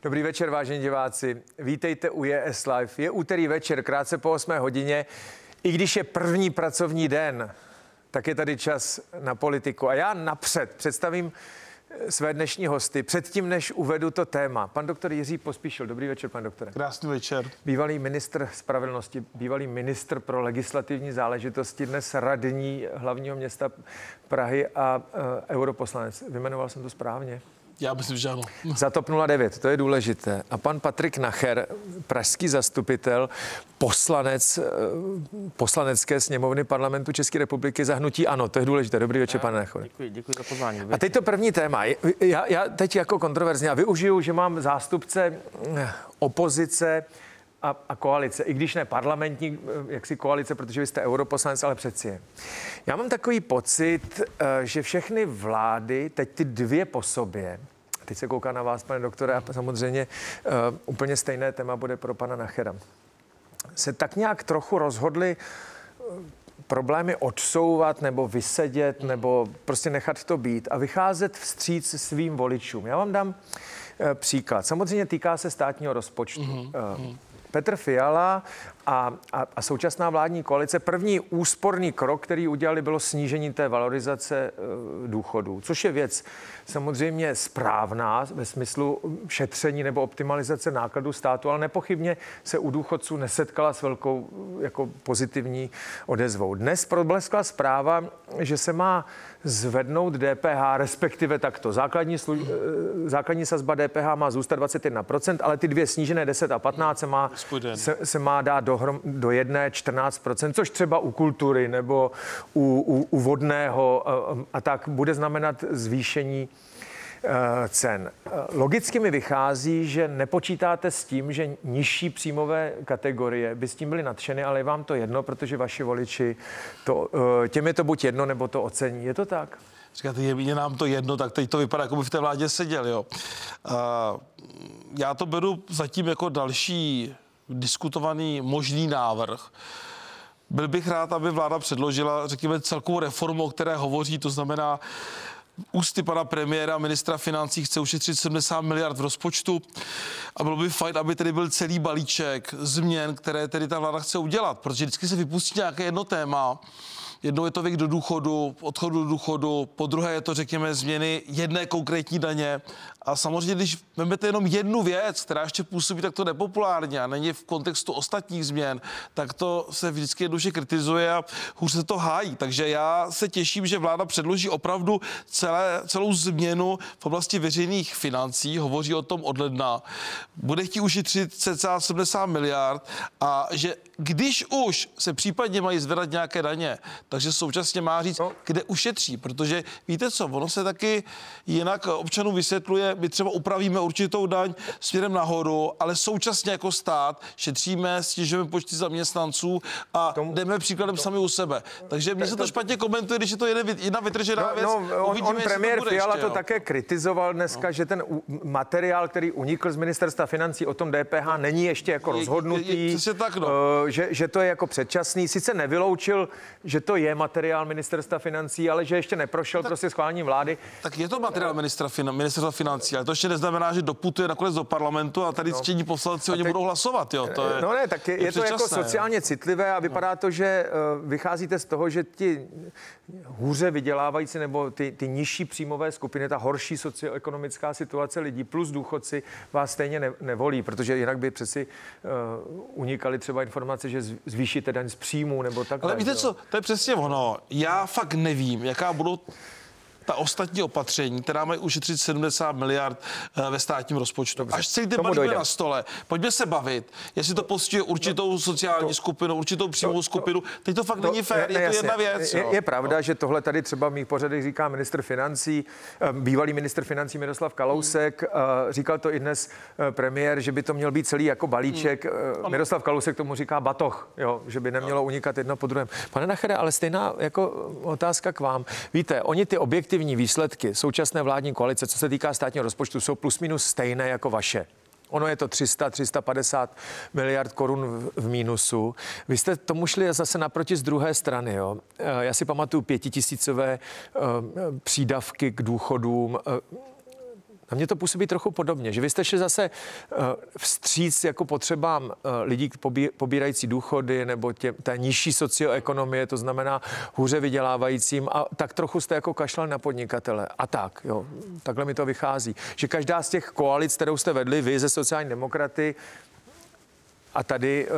Dobrý večer, vážení diváci. Vítejte u JS Live. Je úterý večer, krátce po 8 hodině. I když je první pracovní den, tak je tady čas na politiku. A já napřed představím své dnešní hosty. Předtím, než uvedu to téma. Pan doktor Jiří Pospíšil. Dobrý večer, pan doktore. Krásný večer. Bývalý ministr spravedlnosti, bývalý ministr pro legislativní záležitosti, dnes radní hlavního města Prahy a europoslanec. Vyjmenoval jsem to správně? Já myslím, že ano. Za TOP 09, to je důležité. A pan Patrik Nacher, pražský zastupitel, poslanec poslanecké sněmovny Parlamentu České republiky za hnutí ANO. To je důležité. Dobrý večer, pane Nacher. Děkuji za pozvání. A teď to první téma. Já teď jako kontroverzně využiju, že mám zástupce opozice a koalice, i když ne parlamentní jaksi koalice, protože vy jste europoslanec, ale přeci je. Já mám takový pocit, že všechny vlády, teď ty dvě po sobě, teď se koukám na vás, pane doktore, a samozřejmě úplně stejné téma bude pro pana Nachera, se tak nějak trochu rozhodli problémy odsouvat nebo vysedět nebo prostě nechat to být a vycházet vstříc svým voličům. Já vám dám příklad. Samozřejmě týká se státního rozpočtu. Petr Fiala a současná vládní koalice, první úsporný krok, který udělali, bylo snížení té valorizace důchodů, což je věc samozřejmě správná ve smyslu šetření nebo optimalizace nákladů státu, ale nepochybně se u důchodců nesetkala s velkou jako pozitivní odezvou. Dnes probleskla zpráva, že se má zvednout DPH, respektive takto. Základní sazba DPH má zůstat 21%, ale ty dvě snížené 10 a 15 se má dát do jedné 14%, což třeba u kultury nebo u vodného a tak bude znamenat zvýšení cen. Logicky mi vychází, že nepočítáte s tím, že nižší příjmové kategorie by s tím byly nadšeny, ale je vám to jedno, protože vaši voliči těm je to buď jedno, nebo to ocení. Je to tak? Říkáte, je nám to jedno, tak teď to vypadá, jako by v té vládě seděl, jo. Já to beru zatím jako další diskutovaný možný návrh. Byl bych rád, aby vláda předložila, řekněme, celkovou reformu, o které hovoří, to znamená, ústy pana premiéra, ministra financí chce ušetřit 70 miliard v rozpočtu a bylo by fajn, aby tedy byl celý balíček změn, které tedy ta vláda chce udělat, protože vždycky se vypustí nějaké jedno téma. Jednou je to věk do důchodu, odchodu do důchodu, po druhé je to, řekněme, změny jedné konkrétní daně. A samozřejmě, když vezmete jenom jednu věc, která ještě působí takto nepopulárně a není v kontextu ostatních změn, tak to se vždycky jednoduše kritizuje a hůř se to hájí. Takže já se těším, že vláda předloží opravdu celou změnu v oblasti veřejných financí, hovoří o tom od ledna, bude chtít ušetřit cca 70 miliard a že když už se případně mají zvedat nějaké daně, takže současně má říct, kde ušetří, protože víte co, ono se taky jinak občanům vysvětluje, my třeba upravíme určitou daň směrem nahoru, ale současně jako stát šetříme, snižujeme počty zaměstnanců a jdeme příkladem sami u sebe. Takže mně se to špatně komentuje, když je to jedna vytržená věc. On premiér Fiala to také kritizoval dneska, že ten materiál, který unikl z ministerstva financí o tom DPH, není ještě jako rozhodnutý, že to je jako předčasný. Sice nevyloučil, že to je materiál ministerstva financí, ale že ještě neprošel prostě schválením vlády. Tak je to materiál ministerstva financí, ale to ještě neznamená, že doputuje nakonec do parlamentu a tady ctění poslanci o něm budou hlasovat, jo. To je, tak je to jako sociálně citlivé a vypadá to, že vycházíte z toho, že ti hůře vydělávající nebo ty nižší příjmové skupiny, ta horší socioekonomická situace lidí plus důchodci vás stejně nevolí, protože jinak by přeci unikaly třeba informace, že zvýšíte daň z příjmu nebo takhle. Ale víte co, to je přesně ono. Já fakt nevím, jaká budou ta ostatní opatření, která mají ušetřit 70 miliard ve státním rozpočtu. Dobře, až celý ten balík bude na stole, pojďme se bavit, jestli to postihuje určitou sociální skupinu, určitou příjmovou skupinu. Teď to fakt není fér, je to jedna věc. Je pravda, že tohle tady třeba v mých pořadech říká ministr financí, bývalý ministr financí Miroslav Kalousek, říkal to i dnes premiér, že by to měl být celý jako balíček. Miroslav Kalousek tomu říká batoh, jo, že by nemělo unikat jedno po druhém. Pane Nachere, ale stejná jako otázka k vám. Víte, oni ty objektivní výsledky současné vládní koalice, co se týká státního rozpočtu, jsou plus minus stejné jako vaše. Ono je to 300-350 miliard korun v mínusu. Vy jste tomu šli zase naproti z druhé strany. Jo? Já si pamatuju 5 000 přídavky k důchodům. Na mě to působí trochu podobně, že vy jste šli zase vstříc jako potřebám lidí pobírající důchody nebo té nižší socioekonomie, to znamená hůře vydělávajícím, a tak trochu jste jako kašlali na podnikatele. A tak, jo, takhle mi to vychází. Že každá z těch koalic, kterou jste vedli, vy ze sociální demokraty, a tady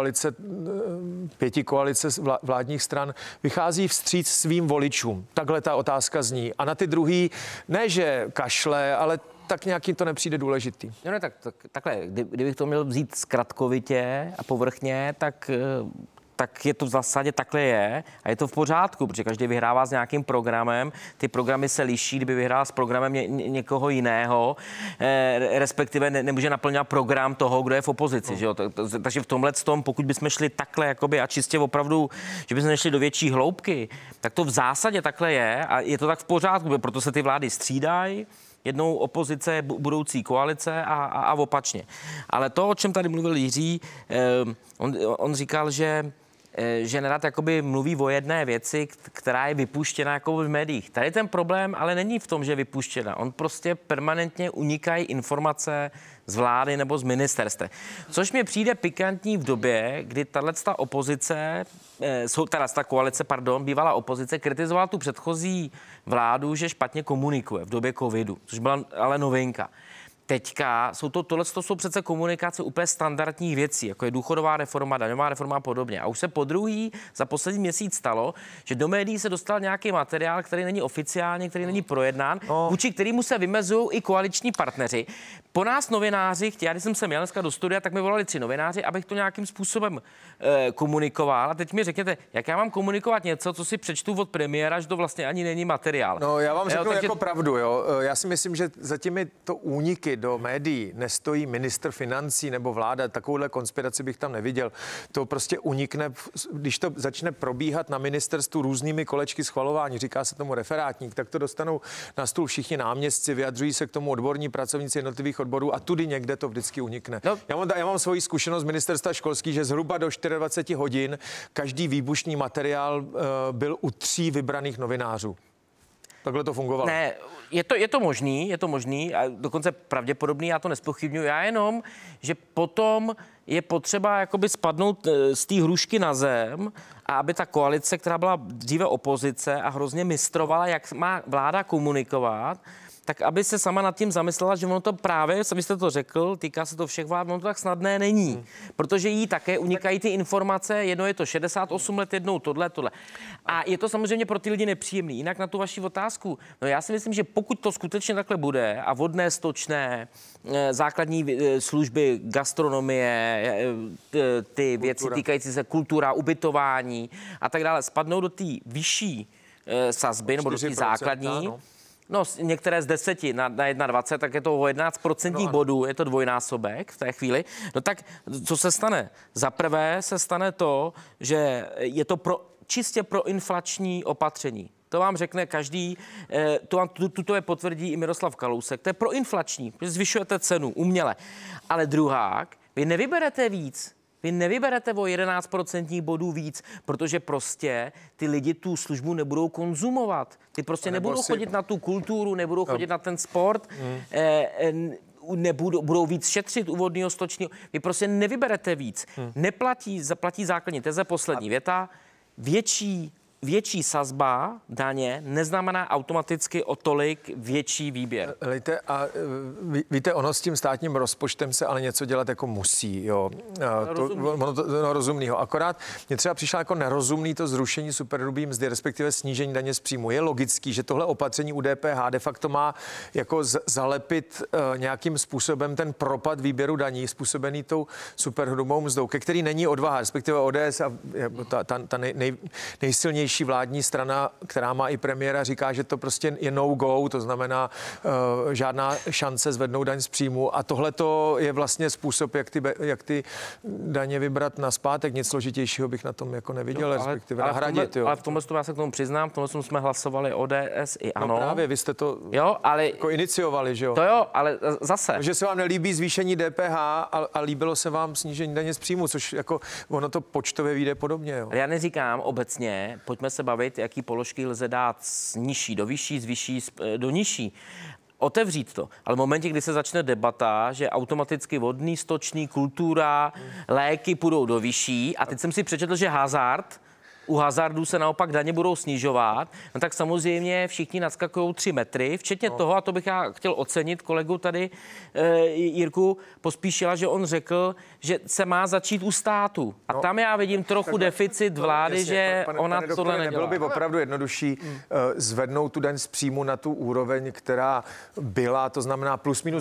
pětikoalice vládních stran vychází vstříc svým voličům. Takhle ta otázka zní. A na ty druhý, ne že kašle, ale tak nějak jim to nepřijde důležitý. No ne, takhle, kdybych to měl vzít zkratkovitě a povrchně, tak je to v zásadě takhle je a je to v pořádku, protože každý vyhrává s nějakým programem, ty programy se liší, kdyby vyhrál s programem někoho jiného, respektive nemůže naplňovat program toho, kdo je v opozici, že jo? Takže v tomhle tom, pokud bychom šli takhle jakoby a čistě opravdu, že bychom nešli do větší hloubky, tak to v zásadě takhle je a je to tak v pořádku, proto se ty vlády střídají, jednou opozice, budoucí koalice a opačně. Ale to, o čem tady mluvil Jiří, on říkal, že nerad jakoby mluví o jedné věci, která je vypuštěna jako v médiích. Tady ten problém ale není v tom, že je vypuštěna. On prostě permanentně unikají informace z vlády nebo z ministerstva. Což mi přijde pikantní v době, kdy tato opozice, ta koalice, bývalá opozice, kritizovala tu předchozí vládu, že špatně komunikuje v době covidu, což byla ale novinka. Teďka tohle jsou přece komunikace úplně standardních věcí, jako je důchodová reforma, daňová reforma a podobně. A už se podruhý za poslední měsíc stalo, že do médií se dostal nějaký materiál, který není oficiálně, který není projednán, vůči kterému se vymezují i koaliční partneři. Po nás novináři, když jsem se měl dneska do studia, tak mi volali 3 novináři, abych to nějakým způsobem komunikoval. A teď mi řekněte, jak já mám komunikovat něco, co si přečtu od premiéra, že to vlastně ani není materiál. No, já vám řeknu jako pravdu, jo. Já si myslím, že za těmito úniky do médií nestojí ministr financí nebo vláda. Takovouhle konspiraci bych tam neviděl. To prostě unikne, když to začne probíhat na ministerstvu různými kolečky schvalování, říká se tomu referátník, tak to dostanou na stůl všichni náměstci, vyjadřují se k tomu odborní pracovníci jednotlivých odborů a tudy někde to vždycky unikne. No. Já mám svoji zkušenost z ministerstva školství, že zhruba do 24 hodin každý výbušný materiál byl u 3 vybraných novinářů. Takhle to fungovalo. Ne, je to možný a dokonce pravděpodobný, já to nezpochybňuji. Já jenom, že potom je potřeba jakoby spadnout z té hrušky na zem a aby ta koalice, která byla dříve opozice a hrozně mistrovala, jak má vláda komunikovat, tak aby se sama nad tím zamyslela, že ono to právě, vy jste to řekl, týká se to všech vlád, ono to tak snadné není. Protože jí také unikají ty informace, jedno je to 68 let, jednou tohle. A je to samozřejmě pro ty lidi nepříjemný. Jinak na tu vaši otázku, no já si myslím, že pokud to skutečně takhle bude a vodné, stočné, základní služby, gastronomie, ty věci týkající se kultura, ubytování a tak dále, spadnou do té vyšší sazby, nebo do té základní, no, některé z 10 na 21, tak je to o 11% bodů, je to dvojnásobek v té chvíli. No tak, co se stane? Za prvé se stane to, že je to čistě proinflační opatření. To vám řekne každý, tuto je potvrdí i Miroslav Kalousek. To je proinflační, protože zvyšujete cenu uměle. Ale druhák, vy nevyberete víc. Vy nevyberete o 11% bodů víc, protože prostě ty lidi tu službu nebudou konzumovat. Ty prostě nebudou chodit na tu kulturu, nebudou chodit na ten sport, budou víc šetřit u vodního, stočního. Vy prostě nevyberete víc. Zaplatí základní teze, poslední věta, větší sazba daně neznamená automaticky o tolik větší výběr. Víte, ono s tím státním rozpočtem se ale něco dělat jako musí, jo. Rozumnýho. Akorát mě třeba přišlo jako nerozumný to zrušení superhrubé mzdy, respektive snížení daně z příjmu. Je logický, že tohle opatření u DPH de facto má jako zalepit nějakým způsobem ten propad výběru daní způsobený tou superhrubou mzdou, ke který není odvaha, respektive ODS a ta nejsilnější vládní strana, která má i premiéra, říká, že to prostě je no go, to znamená žádná šance zvednout daň z příjmu a tohle to je vlastně způsob, jak ty daně vybrat nazpátek. Nic složitějšího bych na tom jako neviděl, respektive nahradit. Ale v tomhle já se k tomu přiznám, v tomhle jsme hlasovali ODS i ANO. No právě, vy jste to jako iniciovali, že jo? To jo, ale zase. Že se vám nelíbí zvýšení DPH a líbilo se vám snížení daně z příjmu, což jako ono to počtově vyjde podobně, jo? Já neříkám obecně, pojďme se bavit, jaký položky lze dát z nižší do vyšší, z vyšší do nižší. otevřít to. Ale v momentě, kdy se začne debata, že automaticky vodný, stočný, kultura, léky půjdou do vyšší a teď jsem si přečetl, že u hazardu se naopak daně budou snižovat, no tak samozřejmě všichni nadskakují 3 metry, včetně toho, a to bych já chtěl ocenit kolegu tady Jirku Pospíšila, že on řekl, že se má začít u státu. A tam já vidím trochu deficit vlády, jasně, že ona doktore, tohle nedělá. Nebylo by opravdu jednodušší zvednout tu daň z příjmu na tu úroveň, která byla, to znamená plus minus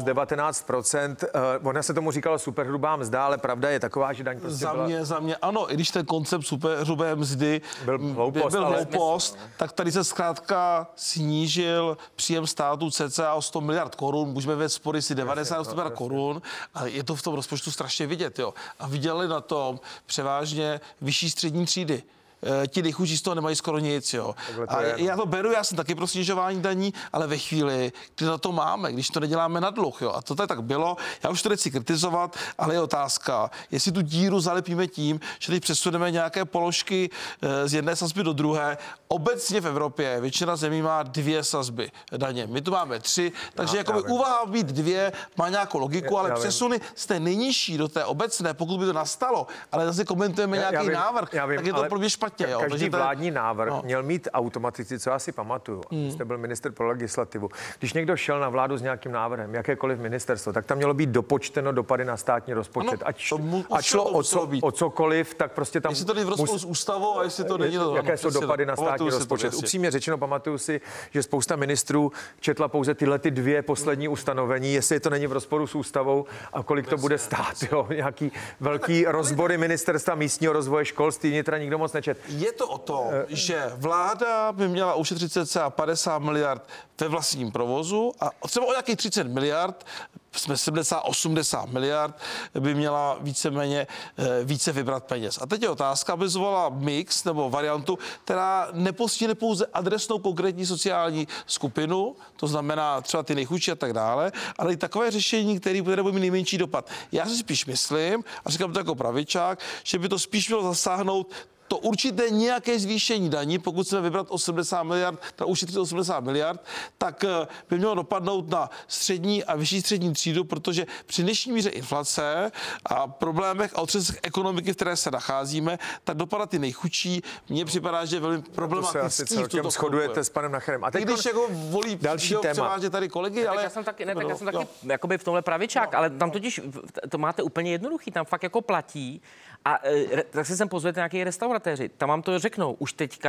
19%. Ona se tomu říkalo superhrubá mzda, ale pravda je taková, že daň prostě Za mě ano, i když ten koncept superhrubé mzdy byl hloupost, tak tady se zkrátka snížil příjem státu cca o 100 miliard korun, můžeme vědět spory si 90 miliard korun a je to v tom rozpočtu strašně vidět, jo. A vydělali na tom převážně vyšší střední třídy. Ti nejchudší z toho nemají skoro nic, jo. A já to beru, já jsem taky pro snižování daní, ale ve chvíli, kdy na to máme, když to neděláme na dluh, jo. A to tak bylo, já už to nechci kritizovat, ale je otázka, jestli tu díru zalepíme tím, že teď přesuneme nějaké položky z jedné sazby do druhé. Obecně v Evropě většina zemí má 2 sazby daně. My tu máme 3, takže jakoby úvaha být 2 má nějakou logiku, ale přesuny z té nejnižší do té obecné, pokud by to nastalo, ale zase komentujeme nějaký návrh, tak je to pro mě špatně. Jo, každý vládní návrh měl mít automaticky, co já si pamatuju, jste byl ministr pro legislativu. Když někdo šel na vládu s nějakým návrhem, jakékoliv ministerstvo, tak tam mělo být dopočteno dopady na státní rozpočet. Ať šlo o cokoliv, tak prostě tam... Jestli to není v rozporu s ústavou a jestli to není... Jaké jsou dopady na státní rozpočet. Upřímně řečeno, pamatuju si, že spousta ministrů četla pouze tyhle 2 poslední ustanovení, jestli to není v rozporu s ústavou a kolik to bude stát. Jo? Nějaký velký rozbory ministerstva místního rozvoje, školství, vnitra nikdo moc nečet. Je to o tom, že vláda by měla ušetřit cca 50 miliard ve vlastním provozu a třeba o nějakých 30 miliard, jsme 70-80 miliard, by měla víceméně více vybrat peněz. A teď je otázka, aby zvolila mix nebo variantu, která nepostihne pouze adresnou konkrétní sociální skupinu, to znamená třeba ty nejchudší a tak dále, ale i takové řešení, které bude mít nejmenší dopad. Já si spíš myslím, a říkám to jako pravičák, že by to spíš mělo zasáhnout to určité nějaké zvýšení daní, pokud chceme vybrat 80 miliard, tak ušetřit 80 miliard, tak by mělo dopadnout na střední a vyšší střední třídu, protože při dnešní míře inflace a problémech a otřesech ekonomiky, v které se nacházíme, tak dopadat ty nejchudší, mně připadá, že je velmi problematický. To se celkem shodujete s panem Nacherem. A teď když jako volí další téma. Tady kolegy, ale... Já jsem taky jakoby v tomhle pravičák, ale tam totiž to máte úplně jednoduchý, tam fakt jako platí. A tak si sem pozvěte nějaký restauratéři, tam vám to řeknou, už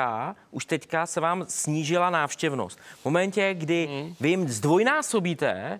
teďka se vám snížila návštěvnost. V momentě, kdy vy jim zdvojnásobíte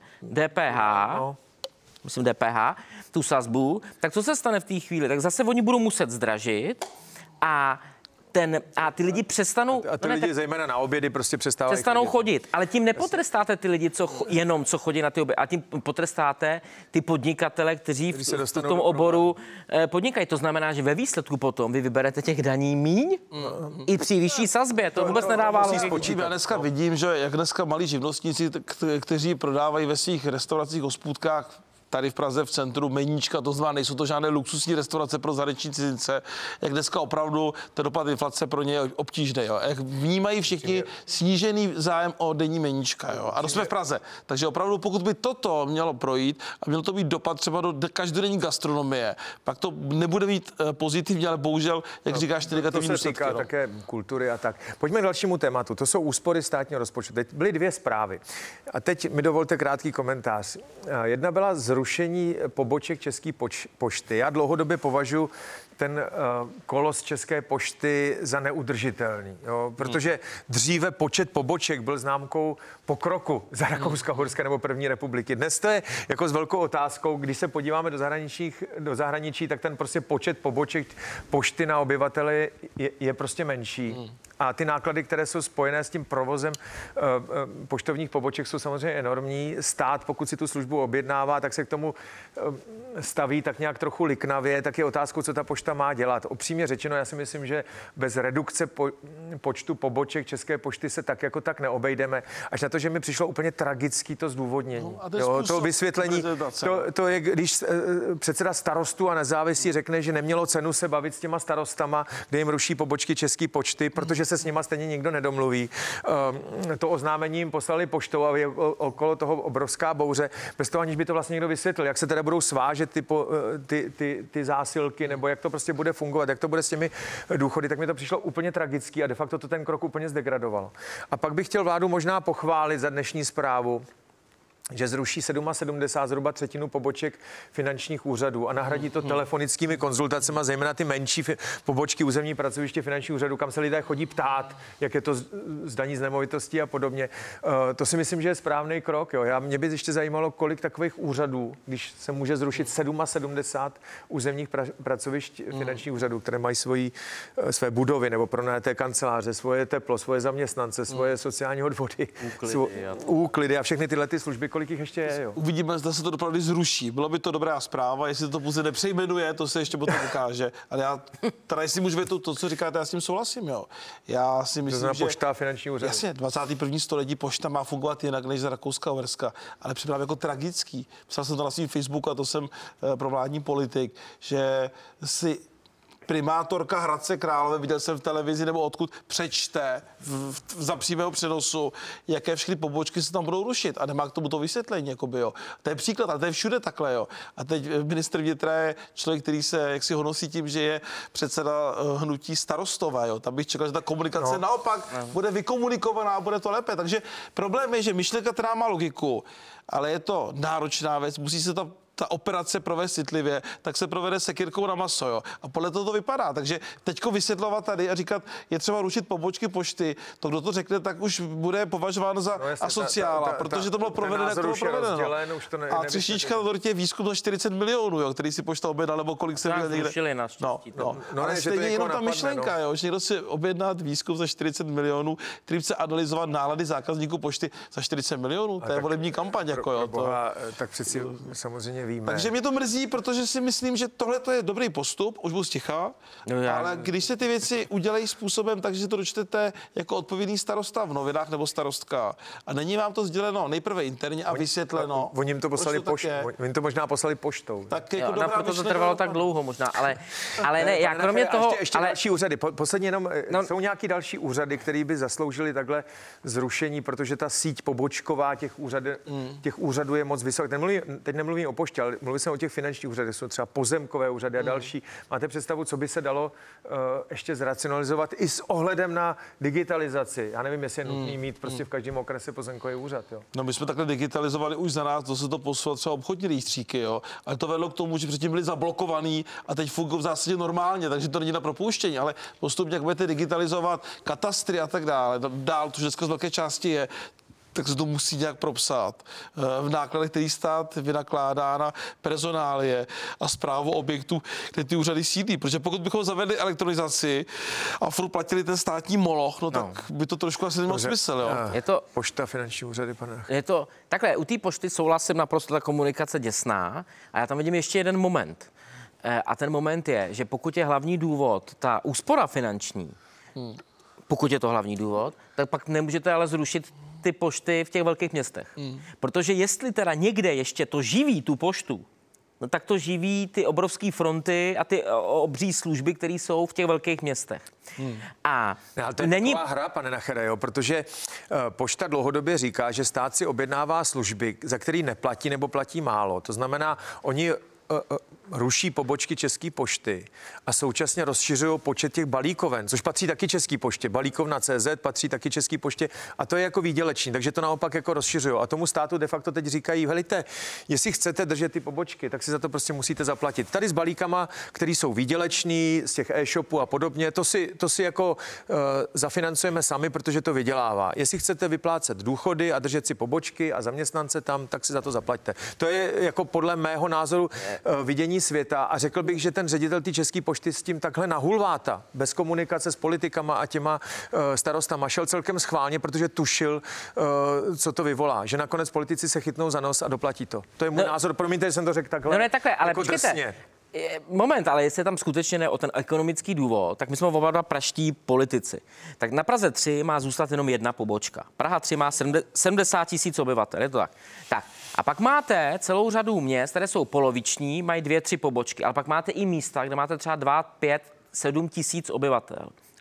DPH, tu sazbu, tak co se stane v té chvíli? Tak zase oni budou muset zdražit a ty lidi přestanou... A ty lidi zejména na obědy prostě přestanou chodit. Ale tím nepotrestáte ty lidi, co chodí na ty obědy, a tím potrestáte ty podnikatele, kteří v tom oboru podnikají. To znamená, že ve výsledku potom vy vyberete těch daní míň i při vyšší sazbě. To vůbec nedává logiku. Já dneska vidím, že jak dneska malí živnostníci, kteří prodávají ve svých restauracích, hospůdkách tady v Praze v centru meníčka, to znamená, nejsou to žádné luxusní restaurace pro zahraniční cizince, jak dneska opravdu ten dopad inflace pro ně je obtížný, jo. Jak vnímají všichni snížený zájem o denní meníčka, jo. A to jsme v Praze. Takže opravdu, pokud by toto mělo projít a mělo to být dopad třeba do každodenní gastronomie, pak to nebude mít pozitivně, ale bohužel, jak říkáš, ty negativní důsledky. To se týká také kultury a tak. Pojďme k dalšímu tématu. To jsou úspory státního rozpočtu. Teď byly 2 zprávy. A teď mi dovolte krátký komentář. Jedna byla zrušení poboček České pošty. Já dlouhodobě považuji ten kolos České pošty za neudržitelný, jo? Protože dříve počet poboček byl známkou pokroku za Rakouska-Uhorska nebo první republiky. Dnes to je jako s velkou otázkou, když se podíváme do zahraničí, tak ten prostě počet poboček pošty na obyvatele je prostě menší. A ty náklady, které jsou spojené s tím provozem poštovních poboček, jsou samozřejmě enormní. Stát, pokud si tu službu objednává, tak se k tomu staví tak nějak trochu liknavě, tak je otázkou, co ta pošta má dělat. Upřímně řečeno, já si myslím, že bez redukce počtu poboček České pošty se tak jako tak neobejdeme. Až na to, že mi přišlo úplně tragický to zdůvodnění. To vysvětlení, to je, když předseda Starostů a nezávislí řekne, že nemělo cenu se bavit s těma starostama, kde jim ruší pobočky České pošty, protože že se s nima stejně nikdo nedomluví. To oznámení jim poslali poštou a je okolo toho obrovská bouře, bez toho aniž by to vlastně někdo vysvětlil, jak se teda budou svážet ty zásilky, nebo jak to prostě bude fungovat, jak to bude s těmi důchody, tak mi to přišlo úplně tragický a de facto to ten krok úplně zdegradovalo. A pak bych chtěl vládu možná pochválit za dnešní zprávu, že zruší 77 zhruba třetinu poboček finančních úřadů a nahradí to telefonickými konzultacemi, zejména ty menší pobočky územní pracoviště finančních úřadů, kam se lidé chodí ptát, jak je to z daní z nemovitostí a podobně. To si myslím, že je správný krok. Jo. Mě by ještě zajímalo, kolik takových úřadů, když se může zrušit 77 územních pracovišť finančních úřadů, které mají své budovy nebo pronajaté kanceláře, svoje teplo, svoje zaměstnance, svoje sociální odvody, úklidy a všechny tyhle ty služby, kolik jich ještě je, jo. Uvidíme, zda se to opravdu zruší. Byla by to dobrá zpráva, jestli to pouze nepřejmenuje, to se ještě potom ukáže. Ale já teda, jestli můžu vědět to, co říkáte, já s tím souhlasím, jo. Já si myslím, že pošta, finanční úřad. Jasně, 21. století pošta má fungovat jinak než za Rakouska a Uherska, ale připadá jako tragický. Psal jsem to na svém Facebooku a to jsem pro vládní politik, že si primátorka Hradce Králové, viděl jsem v televizi nebo odkud, přečte za přímého přenosu, jaké všechny pobočky se tam budou rušit a nemá k tomu to vysvětlení, jakoby, jo. To je příklad, ale to je všude takhle, jo. A teď ministr vnitra je člověk, který se jaksi honosí tím, že je předseda hnutí Starostové, jo. Tam bych čekal, že ta komunikace naopak bude vykomunikovaná a bude to lépe. Takže problém je, že myšlenka, která má logiku, ale je to náročná věc, musí se ta operace provést citlivě, tak se provede sekyrkou na maso, jo. A podle toho to vypadá. Takže teďko vysvětlovat tady a říkat, je třeba rušit pobočky pošty, to kdo to řekne, tak už bude považován za asociála, protože to bylo provedeno, jak to bylo provedeno. A třešnička na dortě je výzkum za 40 milionů, jo, který si pošta objednal, nebo kolik se měl někde. Ale stejně jenom ta myšlenka, jo, že někdo si objedná výzkum za 40 milionů, který chce analyzovat nálady zákazníků pošty za 40 milionů, to je volební kampaň, jako jo. Tak přeci samozřejmě víme. Takže mě to mrzí, protože si myslím, že tohle je dobrý postup, už budu sticha, ale když se ty věci udělají způsobem, takže to dočtete jako odpovědný starosta v novinách nebo starostka a není vám to sděleno nejprve interně a vysvětleno. Oni jim to poslali oni to možná poslali poštou. Tak jako dobrá proto to trvalo tak dlouho možná, ale ne, já kromě toho... Ještě další úřady, posledně jenom, jsou nějaký další úřady, které by zasloužily takhle zrušení, protože ta síť pobočková těch úřadů je moc vysoká. Teď nemluvím o poště, ale mluvím jsem o těch finančních úřadech, jsou třeba pozemkové úřady a další. Máte představu, co by se dalo ještě zracionalizovat i s ohledem na digitalizaci? Já nevím, jestli je nutný mít prostě v každém okrese pozemkový úřad, jo. No my jsme takhle digitalizovali už za nás, to se to poslalo třeba obchodní rejstříky, jo. Ale to vedlo k tomu, že předtím byli zablokovaný a teď fungují v zásadě normálně, takže to není na propouštění, ale postupně, jak budete digitalizovat katastry a tak dále, dál, to dneska z velké části je, tak se to musí nějak propsat v nákladech, který stát vynakládá na personálie a správu objektů, kde ty úřady sídlí. Protože pokud bychom zavedli elektronizaci a furt platili ten státní moloch, tak by to trošku asi nemělo smysl. Jo? Je to pošta, finanční úřady, pane. Je to takhle, u té pošty souhlasím naprosto, ta komunikace děsná a já tam vidím ještě jeden moment. A ten moment je, že pokud je hlavní důvod ta úspora finanční, pokud je to hlavní důvod, tak pak nemůžete ale zrušit ty pošty v těch velkých městech. Protože jestli teda někde ještě to živí tu poštu, no tak to živí ty obrovské fronty a ty obří služby, které jsou v těch velkých městech. A ale to je taková hra, pane Nachere, jo, protože pošta dlouhodobě říká, že stát si objednává služby, za který neplatí nebo platí málo. To znamená, oni ruší pobočky České pošty a současně rozšiřují počet těch balíkoven, což patří taky České poště. Balíkovna CZ patří taky České poště a to je jako výdělečný, takže to naopak jako rozšiřují. A tomu státu de facto teď říkají, helejte, jestli chcete držet ty pobočky, tak si za to prostě musíte zaplatit. Tady s balíkama, který jsou výděleční, z těch e-shopů a podobně, to si jako zafinancujeme sami, protože to vydělává. Jestli chcete vyplácet důchody a držet si pobočky a zaměstnance tam, tak si za to zaplaťte. To je jako podle mého názoru vidění světa a řekl bych, že ten ředitel té České pošty s tím takhle nahulváta, bez komunikace s politikama a těma starostama, šel celkem schválně, protože tušil, co to vyvolá. Že nakonec politici se chytnou za nos a doplatí to. To je můj názor. Promiňte, že jsem to řekl takhle. No ne takhle, ale jako počkejte. Moment, ale jestli tam skutečně ne o ten ekonomický důvod, tak my jsme oba dva praští politici. Tak na Praze 3 má zůstat jenom jedna pobočka. Praha 3 má 70 000 obyvatel, je to tak? Tak. A pak máte celou řadu měst, které jsou poloviční, mají 2-3 pobočky, ale pak máte i místa, kde máte třeba 2, 5, 7 000 obyvatel.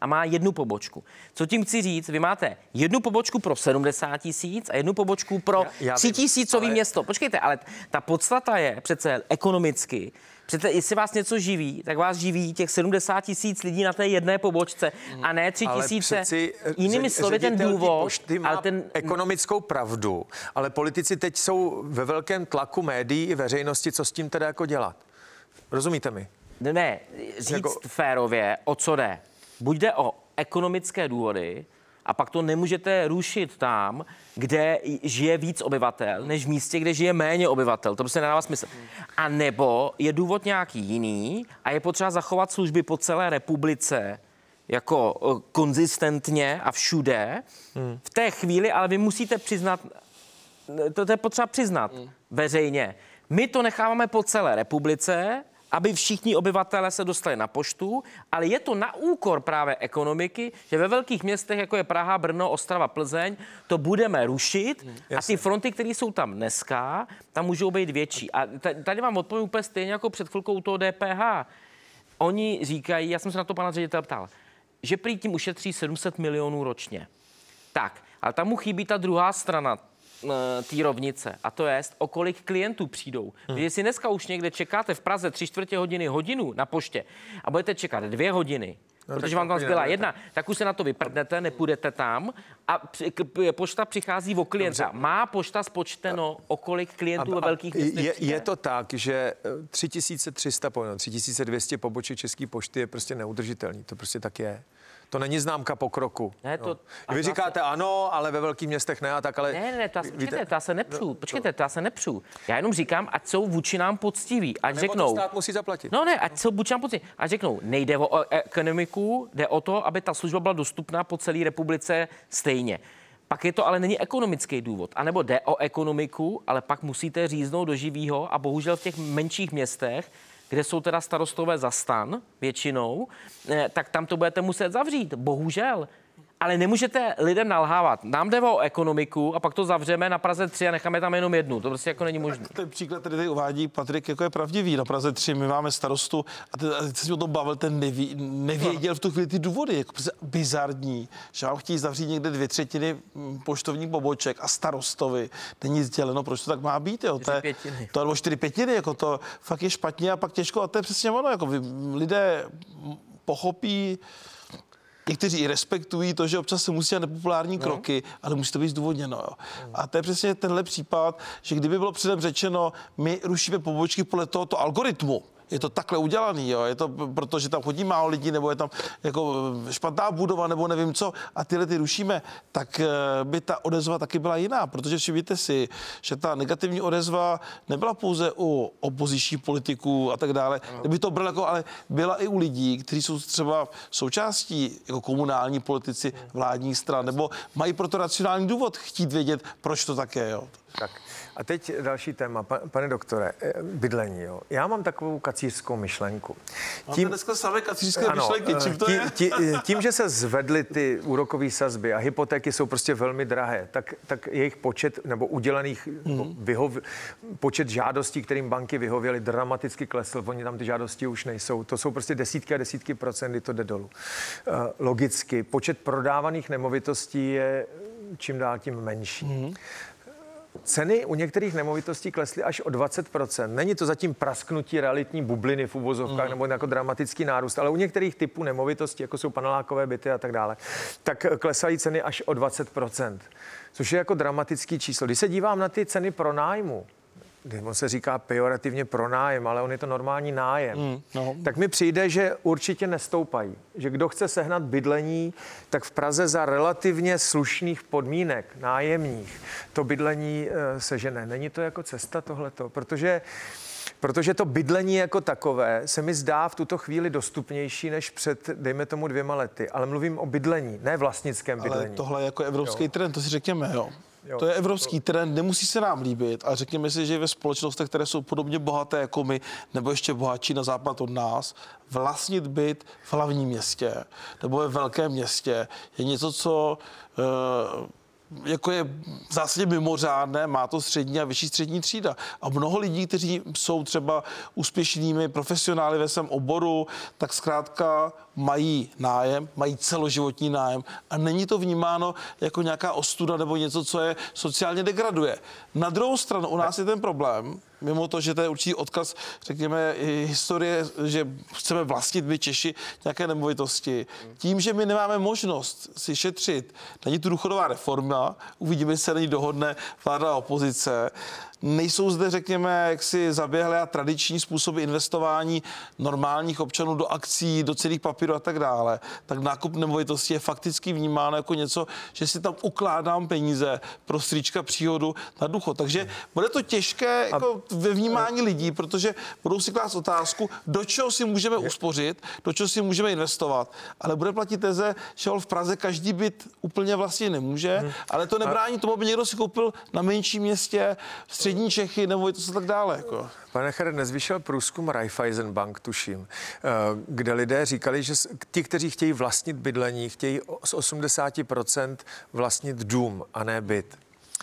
a má jednu pobočku. Co tím chci říct? Vy máte jednu pobočku pro 70 000 a jednu pobočku pro 3000 město. Počkejte, ale ta podstata je přece ekonomicky. Přece, jestli vás něco živí, tak vás živí těch 70 000 lidí na té jedné pobočce a ne 3000. Jinými slovy, ten důvod, ale ten ekonomickou pravdu, ale politici teď jsou ve velkém tlaku médií i veřejnosti, co s tím teda jako dělat. Rozumíte mi? Ne, říct férově, o co jde. Buď jde o ekonomické důvody, a pak to nemůžete rušit tam, kde žije víc obyvatel, než v místě, kde žije méně obyvatel. To prostě nedává smysl. A nebo je důvod nějaký jiný a je potřeba zachovat služby po celé republice jako konzistentně a všude. V té chvíli, ale vy musíte přiznat, to je potřeba přiznat veřejně. My to necháváme po celé republice, aby všichni obyvatelé se dostali na poštu, ale je to na úkor právě ekonomiky, že ve velkých městech, jako je Praha, Brno, Ostrava, Plzeň, to budeme rušit a ty fronty, které jsou tam dneska, tam můžou být větší. A tady vám odpovím úplně stejně jako před chvilkou toho DPH. Oni říkají, já jsem se na to pana ředitele ptal, že prý tím ušetří 700 milionů ročně. Tak, ale tam mu chybí ta druhá strana té rovnice. A to je, o kolik klientů přijdou. Když si dneska už někde čekáte v Praze 3/4 hodiny, hodinu na poště a budete čekat 2 hodiny, protože vám tam zbyla jedna, tak už se na to vyprdnete, nepůjdete tam a pošta přichází o klienta. Má pošta spočteno, o kolik klientů ve velkých městech je to tak, že 3200 poboček České pošty je prostě neudržitelný. To prostě tak je. To není známka pokroku. Ne, to, vy říkáte ano, ale ve velkých městech ne a tak, ale... Ne, to já se nepřu. Počkejte, to já se nepřu. Já jenom říkám, ať jsou vůči nám poctiví. Ať řeknou... to stát musí zaplatit. No ne, ať jsou vůči nám poctiví. Ať řeknou, nejde o ekonomiku, jde o to, aby ta služba byla dostupná po celé republice stejně. Pak je to ale není ekonomický důvod. A nebo jde o ekonomiku, ale pak musíte říznout do živýho a bohužel v těch menších městech, kde jsou teda starostové za stan většinou, tak tam to budete muset zavřít. Bohužel. Ale nemůžete lidem nalhávat. Nám jde o ekonomiku a pak to zavřeme na Praze 3 a necháme tam jenom jednu. To prostě jako není možné. Ten příklad, který tady uvádí Patrik, jako je pravdivý. Na Praze 3 my máme starostu a teď se o tom bavil, ten nevěděl v tu chvíli ty důvody. Jako bizarní, že vám chtějí zavřít někde 2/3 poštovních poboček a starostovi není sděleno, proč to tak má být. Jo? 4/5. To nebo 4/5, jako to fakt je špatně a pak těžko. A to je přesně ono. Jako lidé pochopí. Někteří i respektují to, že občas se musí dělat nepopulární kroky, ale musí to být zdůvodněno. Jo. A to je přesně tenhle případ, že kdyby bylo předem řečeno, my rušíme pobočky podle tohoto algoritmu, je to takhle udělaný, jo. Je to proto, že tam chodí málo lidí, nebo je tam jako špatná budova, nebo nevím co, a tyhle ty rušíme, tak by ta odezva taky byla jiná, protože všimněte si, že ta negativní odezva nebyla pouze u opozičních politiků a tak dále, kdyby to bylo jako, ale byla i u lidí, kteří jsou třeba součástí jako komunální politici vládních stran, nebo mají proto racionální důvod chtít vědět, proč to tak je, jo. Tak. A teď další téma, pane doktore, bydlení. Jo. Já mám takovou kacířskou myšlenku. Máte dneska samé kacířské myšlenky, čím to je? Tím, že se zvedly ty úrokové sazby a hypotéky jsou prostě velmi drahé, tak jejich počet nebo udělených počet žádostí, kterým banky vyhověly, dramaticky klesl. Oni tam ty žádosti už nejsou. To jsou prostě desítky a desítky procent, kdy to jde dolů. Logicky, počet prodávaných nemovitostí je čím dál tím menší. Ceny u některých nemovitostí klesly až o 20%. Není to zatím prasknutí realitní bubliny v uvozovkách nebo jako dramatický nárůst, ale u některých typů nemovitostí, jako jsou panelákové byty a tak dále, tak klesají ceny až o 20%, což je jako dramatický číslo. Když se dívám na ty ceny pronájmu, on se říká pejorativně pronájem, ale on je to normální nájem. Tak mi přijde, že určitě nestoupají. Že kdo chce sehnat bydlení, tak v Praze za relativně slušných podmínek, nájemních, to bydlení sežene. Není to jako cesta tohleto, protože to bydlení jako takové se mi zdá v tuto chvíli dostupnější než před, dejme tomu, 2 lety. Ale mluvím o bydlení, ne vlastnickém bydlení. Ale tohle je jako evropský trend, to si řekněme, jo. To je evropský trend, nemusí se nám líbit, ale řekněme si, že ve společnostech, které jsou podobně bohaté jako my, nebo ještě bohatší na západ od nás, vlastnit byt v hlavním městě nebo ve velkém městě je něco, co jako je v zásadě mimořádné, má to střední a vyšší střední třída. A mnoho lidí, kteří jsou třeba úspěšnými profesionály ve svém oboru, tak zkrátka mají nájem, mají celoživotní nájem a není to vnímáno jako nějaká ostuda nebo něco, co je sociálně degraduje. Na druhou stranu u nás je ten problém, mimo to, že to je určitý odkaz, řekněme, historie, že chceme vlastnit my Češi nějaké nemovitosti. Tím, že my nemáme možnost si šetřit, není tu důchodová reforma, uvidíme, jestli se na ní dohodne vláda a opozice, nejsou zde, řekněme, jaksi zaběhlé a tradiční způsoby investování normálních občanů do akcí, do cenných papírů a tak dále, tak nákup nemovitosti je fakticky vnímáno jako něco, že si tam ukládám peníze pro strýčka příhodu na důchod. Takže bude to těžké jako ve vnímání lidí, protože budou si klást otázku, do čeho si můžeme uspořit, do čeho si můžeme investovat, ale bude platit teze, že v Praze každý byt úplně vlastně nemůže, ale to nebrání tomu, aby někdo si koupil na menším městě střední Čechy nebo to tak dále. Jako. Pane Chere, dnes vyšel průzkum Raiffeisen Bank, tuším, kde lidé říkali, že ti, kteří chtějí vlastnit bydlení, chtějí z 80% vlastnit dům a ne byt.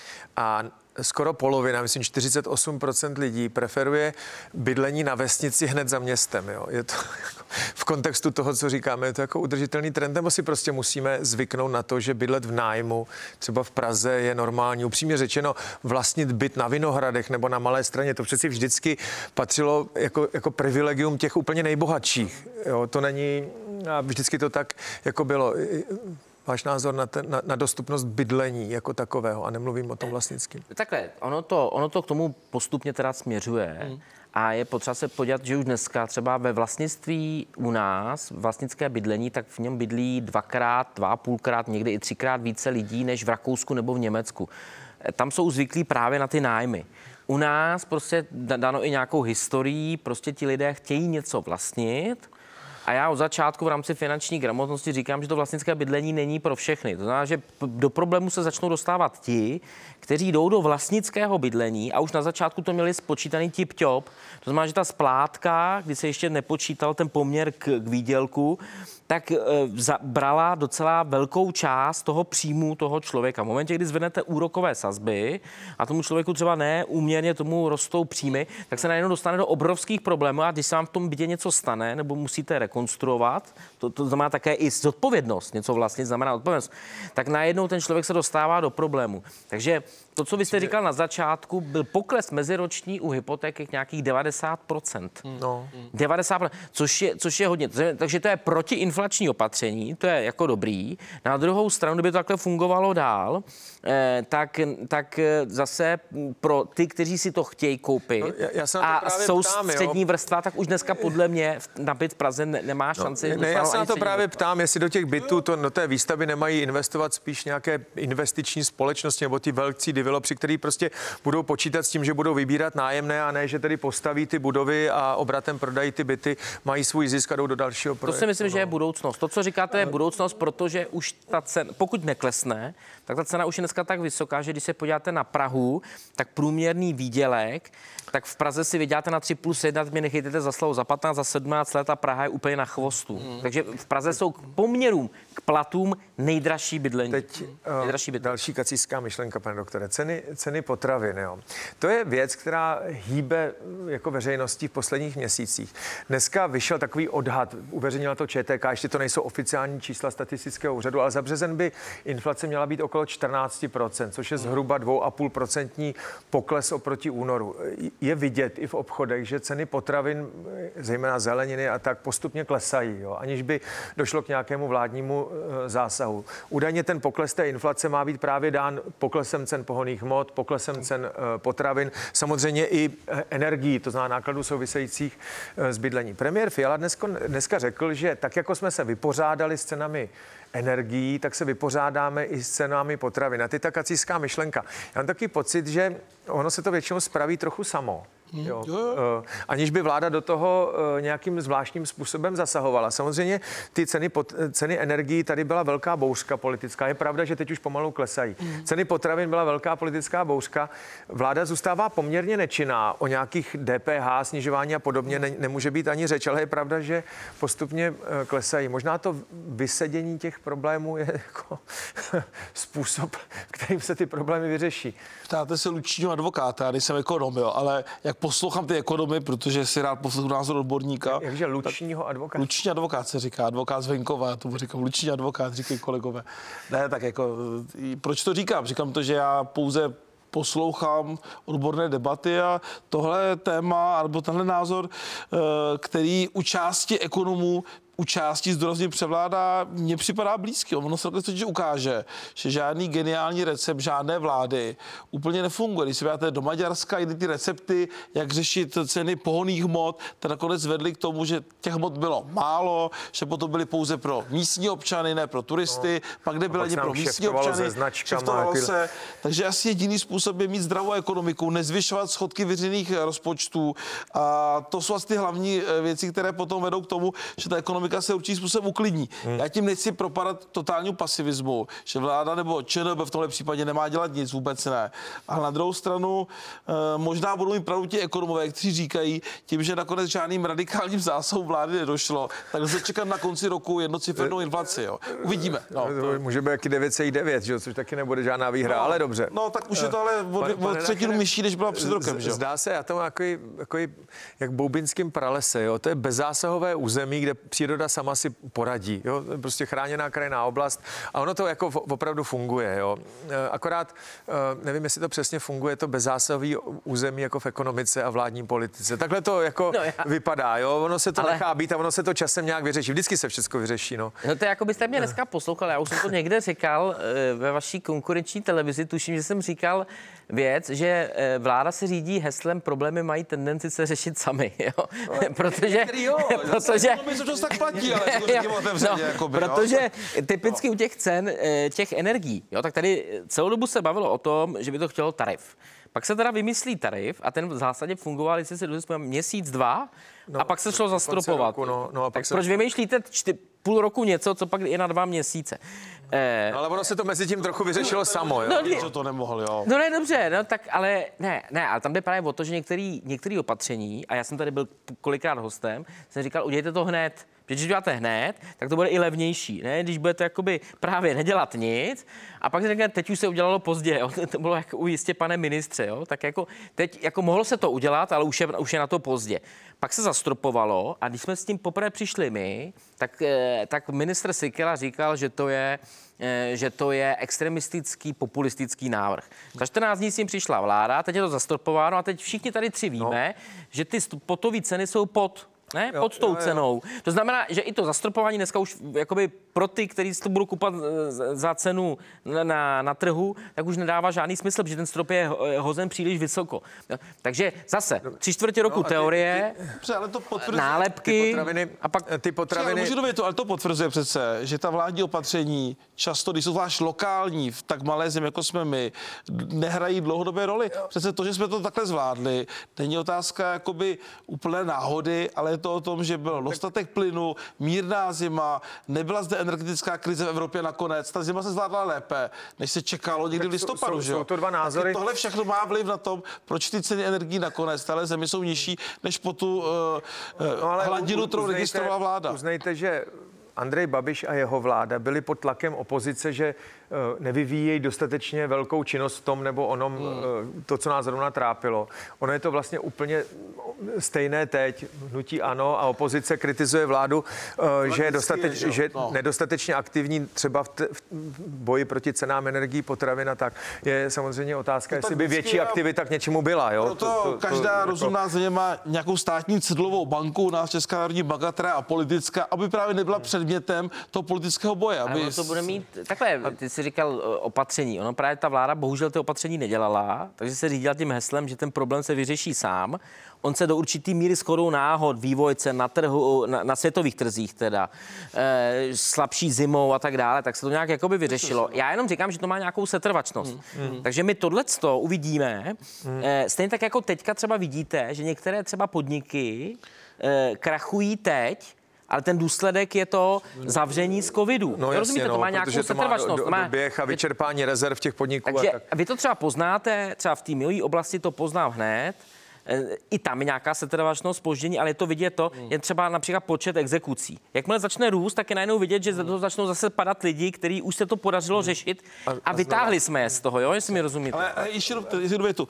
A skoro polovina, myslím 48% lidí preferuje bydlení na vesnici hned za městem. Jo. Je to jako, v kontextu toho, co říkáme, je to jako udržitelný trend, nebo si prostě musíme zvyknout na to, že bydlet v nájmu, třeba v Praze, je normální. Upřímně řečeno, vlastnit byt na Vinohradech nebo na Malé Straně, to přeci vždycky patřilo jako privilegium těch úplně nejbohatších. Jo. To není, a vždycky to tak jako bylo. Váš názor na dostupnost bydlení jako takového, a nemluvím o tom vlastnickém. Takhle, ono to k tomu postupně teda směřuje a je potřeba se podívat, že už dneska třeba ve vlastnictví u nás, vlastnické bydlení, tak v něm bydlí 2x, 2,5x, někdy i 3x více lidí než v Rakousku nebo v Německu. Tam jsou zvyklí právě na ty nájmy. U nás prostě dáno i nějakou historií, prostě ti lidé chtějí něco vlastnit. A já od začátku v rámci finanční gramotnosti říkám, že to vlastnické bydlení není pro všechny. To znamená, že do problému se začnou dostávat ti, kteří jdou do vlastnického bydlení a už na začátku to měli spočítaný tip-top. To znamená, že ta splátka, kdy se ještě nepočítal ten poměr k výdělku, tak brala docela velkou část toho příjmu toho člověka. V momentě, kdy zvednete úrokové sazby a tomu člověku třeba neúměrně tomu rostou příjmy, tak se najednou dostane do obrovských problémů a když se vám v tom bytě něco stane nebo musíte rekonstruovat, to znamená také i zodpovědnost, něco vlastně znamená odpovědnost, tak najednou ten člověk se dostává do problému. Takže to, co vy jste říkal na začátku, byl pokles meziroční u hypotéky k nějakých 90%. No. 90%, což je hodně. Takže to je protiinflační opatření, to je jako dobrý. Na druhou stranu, kdyby to takhle fungovalo dál, tak zase pro ty, kteří si to chtějí koupit a jsou střední vrstva, tak už dneska podle mě na byt v Praze nemá šanci. Já se na to právě ptám, jestli do těch bytů, do té výstavby nemají investovat spíš nějaké investiční společnosti nebo ty velcí developři, kteří prostě budou počítat s tím, že budou vybírat nájemné a ne, že tedy postaví ty budovy a obratem prodají ty byty, mají svůj zisk a jdou do dalšího projektu. To si myslím, že je budoucnost. To, co říkáte, je budoucnost, protože už ta cena, pokud neklesne, tak ta cena už je dneska tak vysoká, že když se podíváte na Prahu, tak průměrný výdělek, tak v Praze si vyděláte na 3+1, mě nechejte za slovo, za 15, za 17 let a Praha je úplně na chvostu. Takže v Praze jsou k poměrům, k platům nejdražší bydlení. Teď další kacířská myšlenka, pane doktore. Ceny potravin, jo. To je věc, která hýbe jako veřejností v posledních měsících. Dneska vyšel takový odhad, uveřejnila to ČTK, ještě to nejsou oficiální čísla statistického úřadu, ale za březen by inflace měla být okolo 14%, což je zhruba 2,5% pokles oproti únoru. Je vidět i v obchodech, že ceny potravin, zejména zeleniny a tak, postupně klesají, jo, aniž by došlo k nějakému vládnímu zásahu. Údajně ten pokles té inflace má být právě dán poklesem cen pohonných hmot, poklesem cen potravin, samozřejmě i energií, to znamená nákladů souvisejících s bydlení. Premiér Fiala dneska řekl, že tak, jako jsme se vypořádali s cenami energií, tak se vypořádáme i s cenami potravin. A ty ta kacířská myšlenka. Já mám taky pocit, že ono se to většinou spraví trochu samo. Jo. Aniž by vláda do toho nějakým zvláštním způsobem zasahovala. Samozřejmě ty ceny energií, tady byla velká bouřka politická. Je pravda, že teď už pomalu klesají. Ceny potravin byla velká politická bouřka. Vláda zůstává poměrně nečinná. O nějakých DPH, snižování a podobně nemůže být ani řeč, ale je pravda, že postupně klesají. Možná to vysedění těch problémů je jako způsob, kterým se ty problémy vyřeší. Ptáte se lučního advokáta, já nejsem ekonom, jo, ale jak poslouchám ty ekonomy, protože si rád poslechnu názor odborníka. Jakže lučního advokáta? Luční advokát se říká, advokát z venkova, já tomu říkám luční advokát, říkají kolegové. Ne, tak jako, proč to říkám? Říkám to, že já pouze poslouchám odborné debaty a tohle téma, nebo tenhle názor, který u části ekonomů, u části zdůrazně převládá, mně připadá blízký. Ono se totiž ukáže, že žádný geniální recept žádné vlády úplně nefunguje. Když se vyjáte do Maďarska, jde ty recepty, jak řešit ceny pohonných hmot, tak nakonec vedly k tomu, že těch hmot bylo málo, že potom byly pouze pro místní občany, ne pro turisty, pak nebyly ani pro místní občany, kšeftovalo se. Takže asi jediný způsob je mít zdravou ekonomiku, nezvyšovat schodky veřejných rozpočtů. A to jsou asi ty hlavní věci, které potom vedou k tomu, že ta ekonomika se určitým způsobem uklidní. Já tím nechci propadat totálnímu pasivismu, že vláda nebo ČNB v tomhle případě nemá dělat nic, vůbec ne. Ale na druhou stranu možná budou mít pravdu ti ekonomové, kteří říkají, tím, že nakonec žádným radikálním zásahům vlády nedošlo, tak lze čekat na konci roku jednocifernou inflaci. Jo. Uvidíme. No, to může být jaký 9,9, což taky nebude žádná výhra, ale dobře. No tak už je to ale o třetinu nižší, než byla před rokem. Že? Zdá se, já to mám jako jak boubinským pralese, jo. To je bezzásahové území, kde příroda sama si poradí, jo. Prostě chráněná krajinná oblast a ono to jako opravdu funguje, jo. Akorát nevím, jestli to přesně funguje, to bezzásahové území jako v ekonomice a vládní politice. Takhle to jako vypadá, jo. Ono se to nechá být a ono se to časem nějak vyřeší. Vždycky se všechno vyřeší, no. No to jako byste mě dneska poslouchal, já už jsem to někde říkal ve vaší konkurenční televizi, tuším, že jsem říkal věc, že vláda se řídí heslem problémy mají tendenci se řešit sami, jo. Protože protože typicky u těch cen těch energií, jo, tak tady celou dobu se bavilo o tom, že by to chtělo tarif. Pak se teda vymyslí tarif a ten v zásadě fungoval, jestli se dozvěděl, měsíc, dva a pak se šlo zastropovat. Tak proč vymýšlíte půl roku něco, co pak je na 2 měsíce? No, ale ono se to mezi tím trochu vyřešilo samo, jo? No, to nemohl, jo. No ne, dobře, no tak, ale ale tam jde právě o to, že některé opatření, a já jsem tady byl kolikrát hostem, jsem říkal, udělejte to hned. Protože když děláte hned, tak to bude i levnější, ne? Když budete jakoby právě nedělat nic a pak řekne, teď už se udělalo pozdě, jo? To bylo jako ujistě, pane ministře, jo? Tak jako teď jako mohlo se to udělat, ale už je na to pozdě. Pak se zastropovalo a když jsme s tím poprvé přišli my, tak ministr Síkela říkal, že to je extremistický, populistický návrh. Za 14 dní s tím přišla vláda, teď je to zastropováno a teď všichni tady 3 víme, že ty spotové ceny jsou pod tou cenou. To znamená, že i to zastropování dneska už jakoby pro ty, kteří si to budou kupovat za cenu na trhu, tak už nedává žádný smysl, protože ten strop je hozen příliš vysoko. Takže zase 3/4 roku teorie, ale to nálepky ty potraviny. Ale to potvrzuje přece, že ta vládní opatření často, když jsou zvlášť lokální, v tak malé zemi, jako jsme my, nehrají dlouhodobé roli. Přece to, že jsme to takhle zvládli, není otázka jakoby úplné náhody, ale je to o tom, že byl dostatek plynu, mírná zima, nebyla zde energetická krize v Evropě nakonec. Ta zima se zvládla lépe, než se čekalo někdy v listopadu. Jsou to 2 názory. Tohle všechno má vliv na tom, proč ty ceny energií nakonec téhle zemi jsou nižší, než po tu hladinu, kterou registrovala vláda. Uznejte, že Andrej Babiš a jeho vláda byli pod tlakem opozice, že nevyvíjejí dostatečně velkou činnost v tom nebo onom, to, co nás zrovna trápilo. Ono je to vlastně úplně stejné teď. Hnutí ANO a opozice kritizuje vládu, že je nedostatečně aktivní třeba v boji proti cenám energií, potravin a tak. Je samozřejmě otázka, jestli by větší aktivita k něčemu byla. Jo? Proto každá rozumná země má nějakou státní cedlovou banku, nás Česká národní banka, která politická, aby právě nebyla předmětem toho politického boje. Ale to bude mít takhle, ty si jsi říkal opatření. Ono právě ta vláda bohužel ty opatření nedělala, takže se řídila tím heslem, že ten problém se vyřeší sám. On se do určitý míry shodou náhod, vývoj cen na trhu, na světových trzích teda, slabší zimou a tak dále, tak se to nějak jakoby vyřešilo. Já jenom říkám, že to má nějakou setrvačnost. Takže my tohleto uvidíme. Stejně tak jako teďka třeba vidíte, že některé třeba podniky krachují teď, ale ten důsledek je to zavření z covidu. No, rozumíte, to má nějakou setrvačnost. To má doběh a vyčerpání rezerv těch podniků. Takže vy to třeba poznáte, třeba v té mojí oblasti to poznám hned, i tam je nějaká setrvačnost, zpoždění, ale je to vidět je třeba například počet exekucí. Jakmile začne růst, tak je najednou vidět, že to začnou zase padat lidi, kteří už se to podařilo řešit a vytáhli jsme je z toho, jo, jestli mi rozumíte. Ale ještě jednu větu.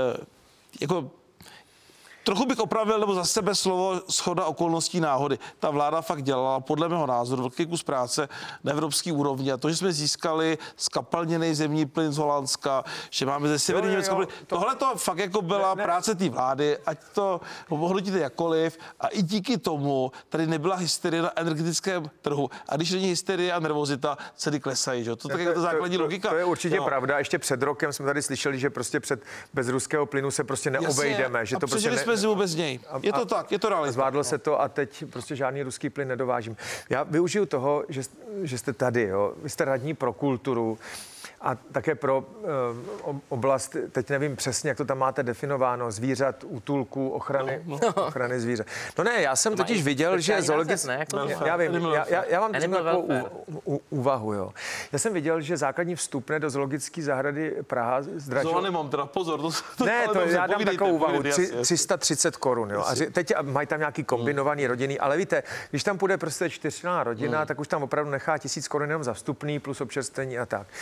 Jako trochu bych opravil, nebo za sebe slovo shoda okolností náhody. Ta vláda fakt dělala, podle mého názoru, velký kus práce na evropské úrovni. A to, že jsme získali skapalněný zemní plyn z Holandska, že máme ze severní Německa plyn. Tohle to fakt jako byla práce té vlády, ať to hodnotíte jakkoliv. A i díky tomu tady nebyla hysterie na energetickém trhu. A když není hysterie a nervozita, ceny klesají. Že? To je základní logika. To je určitě pravda. Ještě před rokem jsme tady slyšeli, že prostě bez ruského plynu se prostě neobejdeme. Jasně, že to prostě zimu bez něj. Je to tak, je to realita. Zvládlo se to a teď prostě žádný ruský plyn nedovážím. Já využiju toho, že jste tady, jo. Vy jste radní pro kulturu a také pro oblast, teď nevím přesně, jak to tam máte definováno, zvířat, útulků, ochrany zvířat. No ne, já jsem totiž viděl, že já vím, já mám takovou úvahu, jo. Já jsem viděl, že základní vstupné do zoologické zahrady Praha zdražilo. Zóny mám teda pozor. Ne, to já dám takovou úvahu, 330 korun, jo. A teď mají tam nějaký kombinovaný rodinný, ale víte, když tam půjde prostě 4členná rodina, tak už tam opravdu nechá 1000 korun jenom za vstupný plus občerstvení a tak.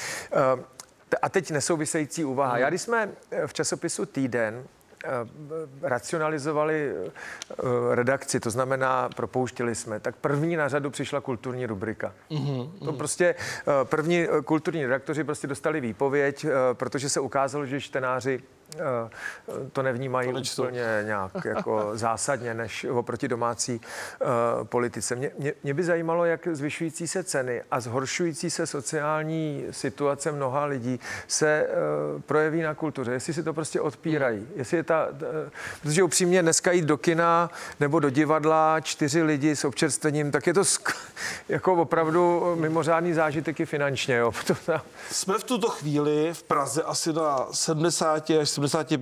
A teď nesouvisející úvaha. Já když jsme v časopisu Týden racionalizovali redakci, to znamená propouštěli jsme, tak první na řadu přišla kulturní rubrika. To prostě první kulturní redaktoři prostě dostali výpověď, protože se ukázalo, že čtenáři to nevnímají úplně nějak jako zásadně, než oproti domácí politice. Mě by zajímalo, jak zvyšující se ceny a zhoršující se sociální situace mnoha lidí se projeví na kultuře. Jestli si to prostě odpírají. Jestli je protože upřímně dneska jít do kina nebo do divadla 4 lidi s občerstvením, tak je to jako opravdu mimořádný zážitek i finančně. Jo. Jsme v tuto chvíli v Praze asi na 70 až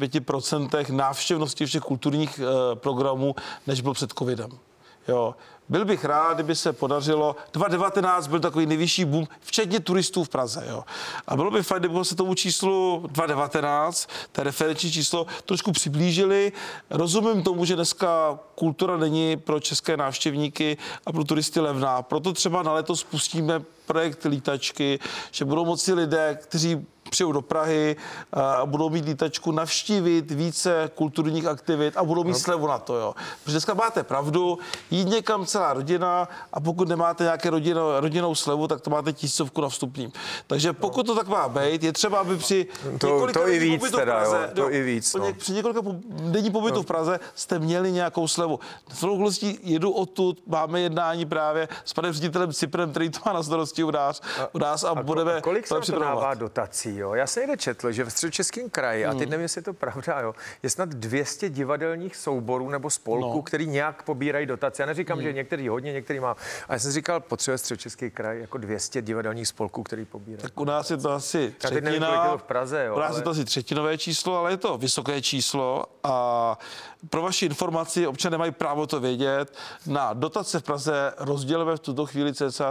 75% návštěvnosti všech kulturních programů, než byl před covidem. Jo. Byl bych rád, kdyby se podařilo. 2019 byl takový nejvyšší boom, včetně turistů v Praze. Jo. A bylo by fajn, kdybychom se tomu číslu 2019, to referenční číslo, trošku přiblížili. Rozumím tomu, že dneska kultura není pro české návštěvníky a pro turisty levná. Proto třeba na letos spustíme projekt lítačky, že budou moci lidé, kteří přijou do Prahy a budou mít lítačku, navštívit více kulturních aktivit a budou mít slevu na to, jo. Protože dneska máte pravdu, jít někam celá rodina a pokud nemáte nějaké rodinnou slevu, tak to máte 1000 na vstupním. Takže pokud to tak má být, je třeba, aby při několika denní pobytu v Praze, při několika denní pobytu v Praze jste měli nějakou slevu. V okolností jedu odtud, máme jednání právě s panem ředitelem Cyprem, který to má na starosti u nás a budeme kolik se to dává dotací? Jo? Já jsem někde četl, že v Středočeském kraji, a teď nevím, jestli je to pravda, jo, je snad 200 divadelních souborů nebo spolků, který nějak pobírají dotace. Já neříkám, že některý hodně, některý má. A já jsem říkal, potřebuje Středočeský kraj jako 200 divadelních spolků, který pobírají. Tak u nás je to asi třetina. V Praze, jo, u nás je to asi třetinové číslo, ale je to vysoké číslo a pro vaši informaci občané mají právo to vědět. Na dotace v Praze rozdělíme v tuto chvíli cca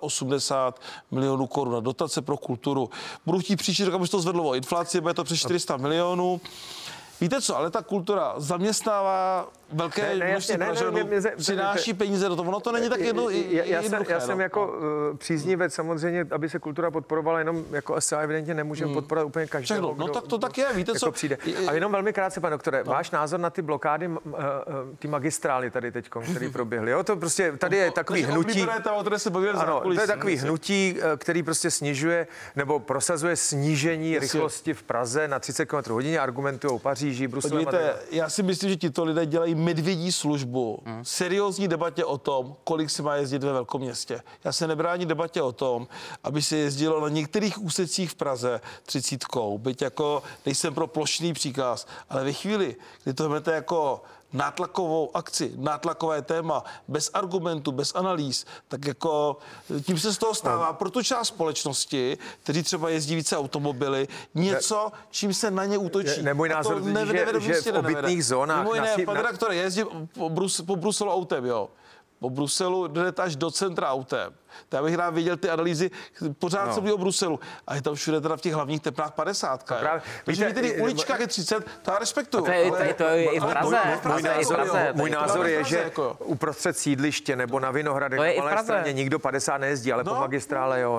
380 milionů korun na dotace pro kulturu. Budu chtít příští rok, aby se to zvedlo o inflaci, bude to přes 400 milionů. Víte co, ale ta kultura zaměstnává velké množství Pražanů, přináší peníze do toho. Ono to není tak jednoduché. Já jsem jako příznivec samozřejmě, aby se kultura podporovala, jenom jako asi evidentně nemůžeme podporovat úplně každého. No tak to tak je, víte co? Přijde. A jenom velmi krátce, pane doktore, váš názor na ty blokády, ty magistrály tady teď, které proběhly. Jo, to prostě tady je takový hnutí. Ano, to je takový hnutí, který prostě snižuje nebo prosazuje snížení rychlosti v Praze na 30 km/h, argumentují Paříž Paříži, Bruselem. Podívejte, já si myslím, že tito lidé dělají medvědí službu. Seriózní debatě o tom, kolik se má jezdit ve velkoměstě. Já se nebrání debatě o tom, aby se jezdilo na některých úsecích v Praze 30, byť jako nejsem pro plošný příkaz, ale ve chvíli, kdy to vezmete jako nátlakovou akci, nátlakové téma, bez argumentů, bez analýz, tak jako tím se z toho stává pro tu část společnosti, kteří třeba jezdí více automobily, něco, čím se na ně útočí. Můj názor, že v obytných zónách... Mimo jiné, pane redaktore, jezdí po Bruselu autem, jo. Po Bruselu jdete až do centra autem. Já bych rád viděl ty analýzy, pořád se mluví o Bruselu. A je tam všude teda v těch hlavních teplách 50. Takže víte, těch uličkách je 30, to já respektuju. To je i v Praze. Můj názor je, že uprostřed sídliště nebo na Vinohradech na Malé Straně nikdo 50 nejezdí, ale po magistrále jo.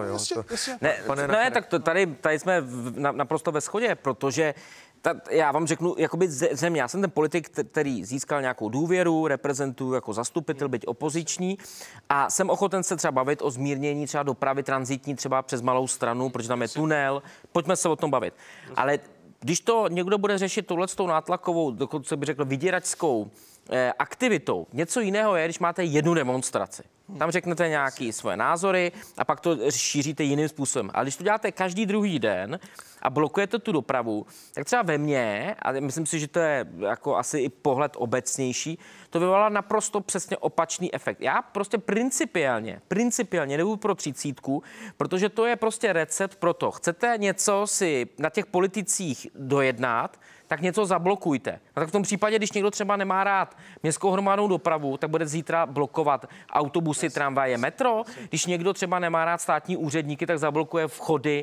Ne, tak tady jsme naprosto ve shodě, protože já vám řeknu, jakoby země, já jsem ten politik, který získal nějakou důvěru, reprezentuju jako zastupitel, byť opoziční, a jsem ochoten se třeba bavit o zmírnění třeba dopravy tranzitní třeba přes Malou Stranu, protože tam je tunel, pojďme se o tom bavit. Ale když to někdo bude řešit touhletou nátlakovou, dokonce bych řekl vyděračskou aktivitou, něco jiného je, když máte jednu demonstraci. Tam řeknete nějaké svoje názory a pak to šíříte jiným způsobem. Ale když to děláte každý druhý den a blokujete tu dopravu, tak třeba ve mně, a myslím si, že to je jako asi i pohled obecnější, to vyvolá naprosto přesně opačný efekt. Já prostě principiálně nebudu pro 30, protože to je prostě recept pro to. Chcete něco si na těch politicích dojednat, tak něco zablokujte. No tak v tom případě, když někdo třeba nemá rád městskou hromadnou dopravu, tak bude zítra blokovat autobusy, tramvaje, metro. Když někdo třeba nemá rád státní úředníky, tak zablokuje vchody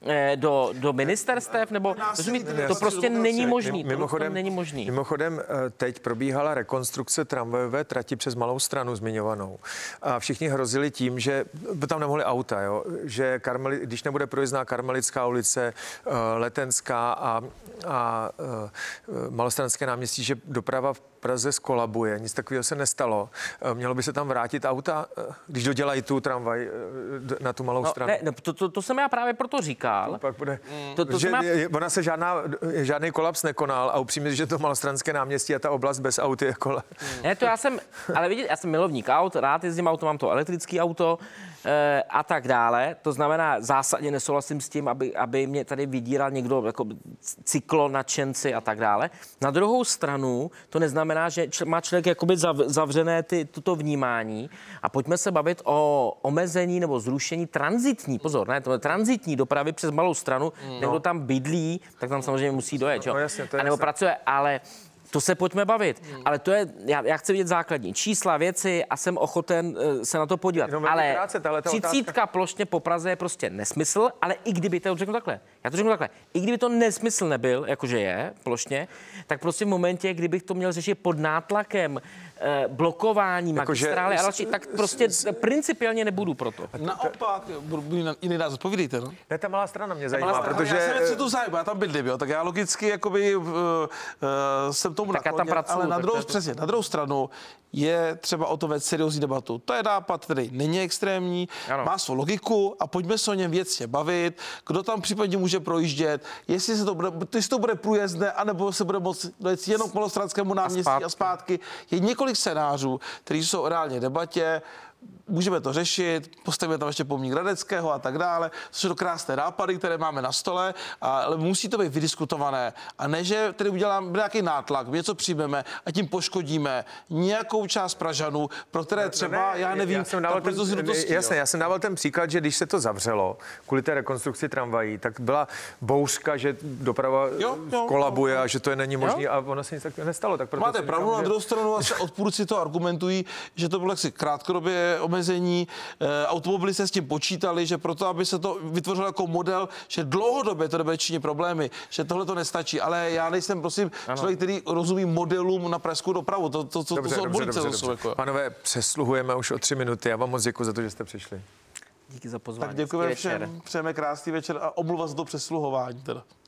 do ministerstev, nebo to prostě není možný. Mimochodem, teď probíhala rekonstrukce tramvajové trati přes Malou Stranu zmiňovanou. A všichni hrozili tím, že by tam nemohli auta, jo? Že když nebude průjezdná Karmelická ulice, Letenská a Malostranské náměstí, že doprava v Praze skolabuje. Nic takového se nestalo. Mělo by se tam vrátit auta, když dodělají tu tramvaj na tu Malou Stranu? Ne, to jsem já právě proto říkal. Pak bude, ona se žádný kolaps nekonal a upřímně, že to Malostranské náměstí a ta oblast bez aut je kole. Ne, to ale vidíte, já jsem milovník aut, rád jezdím auto, mám to elektrické auto a tak dále. To znamená, zásadně nesouhlasím s tím, aby mě tady vydíral někdo jako cyklonadšenci a tak dále. Na druhou stranu to neznamená, že má člověk jakoby zavřené toto vnímání, a pojďme se bavit o omezení nebo zrušení tranzitní, pozor, ne, to je tranzitní dopravy přes Malou Stranu, někdo tam bydlí, tak tam samozřejmě musí dojet, jo? A nebo pracuje, ale to se pojďme bavit. Ale to je, já chci vidět základní čísla, věci a jsem ochoten se na to podívat. Ale 30 plošně po Praze je prostě nesmysl, ale i kdyby, to řeknu takhle, i kdyby to nesmysl nebyl, jakože je plošně, tak prostě v momentě, kdybych to měl řešit pod nátlakem blokování magistrály a další, tak prostě principiálně nebudu proto. Naopak, jiný názor, povídejte, no? Ne, ta Malá Strana mě zajímá, protože... Já jsem tu zájmu, já tam bydlím, jo, tak já logicky jakoby jsem tomu nakloněn, ale na druhou stranu je třeba o to vést seriózní debatu. To je nápad, který není extrémní, má svou logiku a pojďme se o něm věcně bavit, kdo tam případně může projíždět, jestli to bude průjezdné, anebo se bude moct dojet jenom k Malostranskému náměstí a zpátky. Je několik scénářů, které jsou reálně v debatě. Můžeme to řešit, postavíme tam ještě pomník Radeckého a tak dále. To jsou krásné nápady, které máme na stole, ale musí to být vydiskutované. A ne, že tedy uděláme nějaký nátlak, něco přijmeme a tím poškodíme nějakou část Pražanů, pro které třeba, já nevím, já jsem dával ten příklad, že když se to zavřelo kvůli té rekonstrukci tramvají, tak byla bouřka, že doprava kolabuje a že to není možné a ono se nic tak nestalo. Tak máte pravdu, na druhou stranu odpůrci to argumentují, že to bylo jaksi krátkodobě omezení, automobily se s tím počítali, že proto, aby se to vytvořilo jako model, že dlouhodobě to bude činit problémy, že tohle to nestačí, ale já nejsem, prosím, člověk, který rozumí modelům na pražskou dopravu, to jsou odborníci. Pánové, přesluhujeme už o 3 minuty, já vám moc děkuji za to, že jste přišli. Díky za pozvání. Tak děkujeme všem, přejeme krásný večer a omluva za to přesluhování teda.